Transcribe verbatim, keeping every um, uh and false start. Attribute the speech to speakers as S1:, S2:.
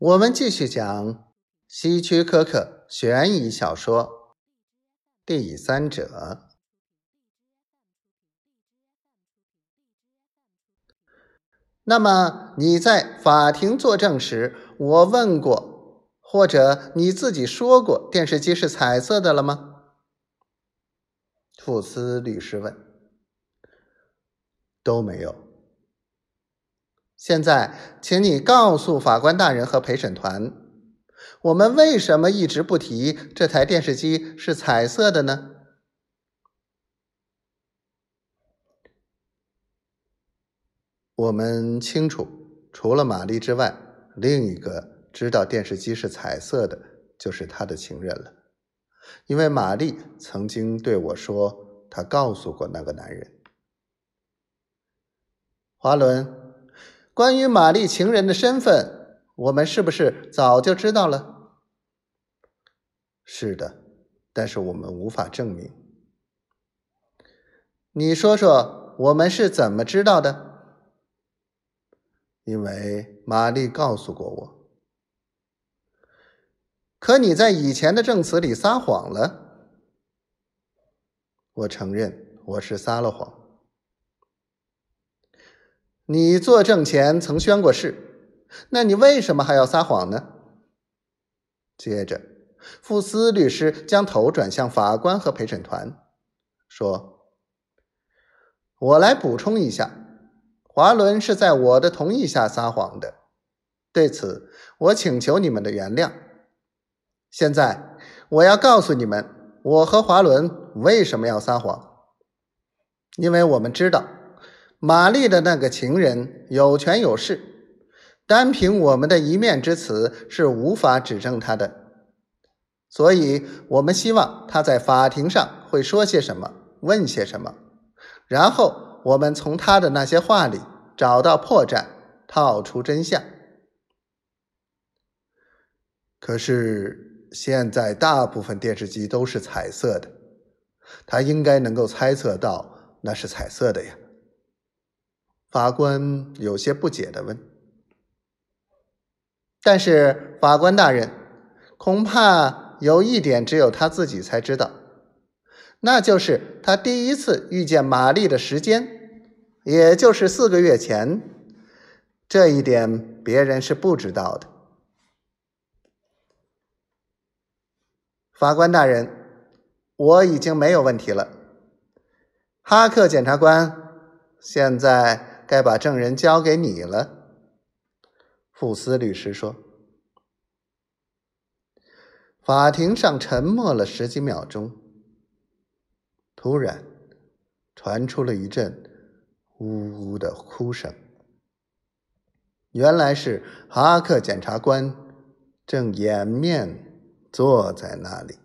S1: 我们继续讲希区柯克悬疑小说《第三者》。那么你在法庭作证时，我问过，或者你自己说过电视机是彩色的了吗？富斯律师问。都没有。现在请你告诉法官大人和陪审团，我们为什么一直不提这台电视机是彩色的呢？我们清楚，除了玛丽之外，另一个知道电视机是彩色的就是他的情人了，因为玛丽曾经对我说，她告诉过那个男人。华伦，关于玛丽情人的身份，我们是不是早就知道了？是的，但是我们无法证明。你说说，我们是怎么知道的？因为玛丽告诉过我。可你在以前的证词里撒谎了。我承认，我是撒了谎。你作证前曾宣过誓，那你为什么还要撒谎呢？接着，富斯律师将头转向法官和陪审团，说：我来补充一下，华伦是在我的同意下撒谎的，对此我请求你们的原谅。现在我要告诉你们，我和华伦为什么要撒谎。因为我们知道玛丽的那个情人有权有势，单凭我们的一面之词是无法指证他的，所以我们希望他在法庭上会说些什么，问些什么，然后我们从他的那些话里找到破绽，套出真相。可是现在大部分电视机都是彩色的，他应该能够猜测到那是彩色的呀。法官有些不解地问。但是法官大人，恐怕有一点只有他自己才知道，那就是他第一次遇见玛丽的时间，也就是四个月前。这一点别人是不知道的。法官大人，我已经没有问题了。哈克检察官，现在该把证人交给你了。富斯律师说。法庭上沉默了十几秒钟，突然传出了一阵呜呜的哭声。原来是哈克检察官正掩面坐在那里。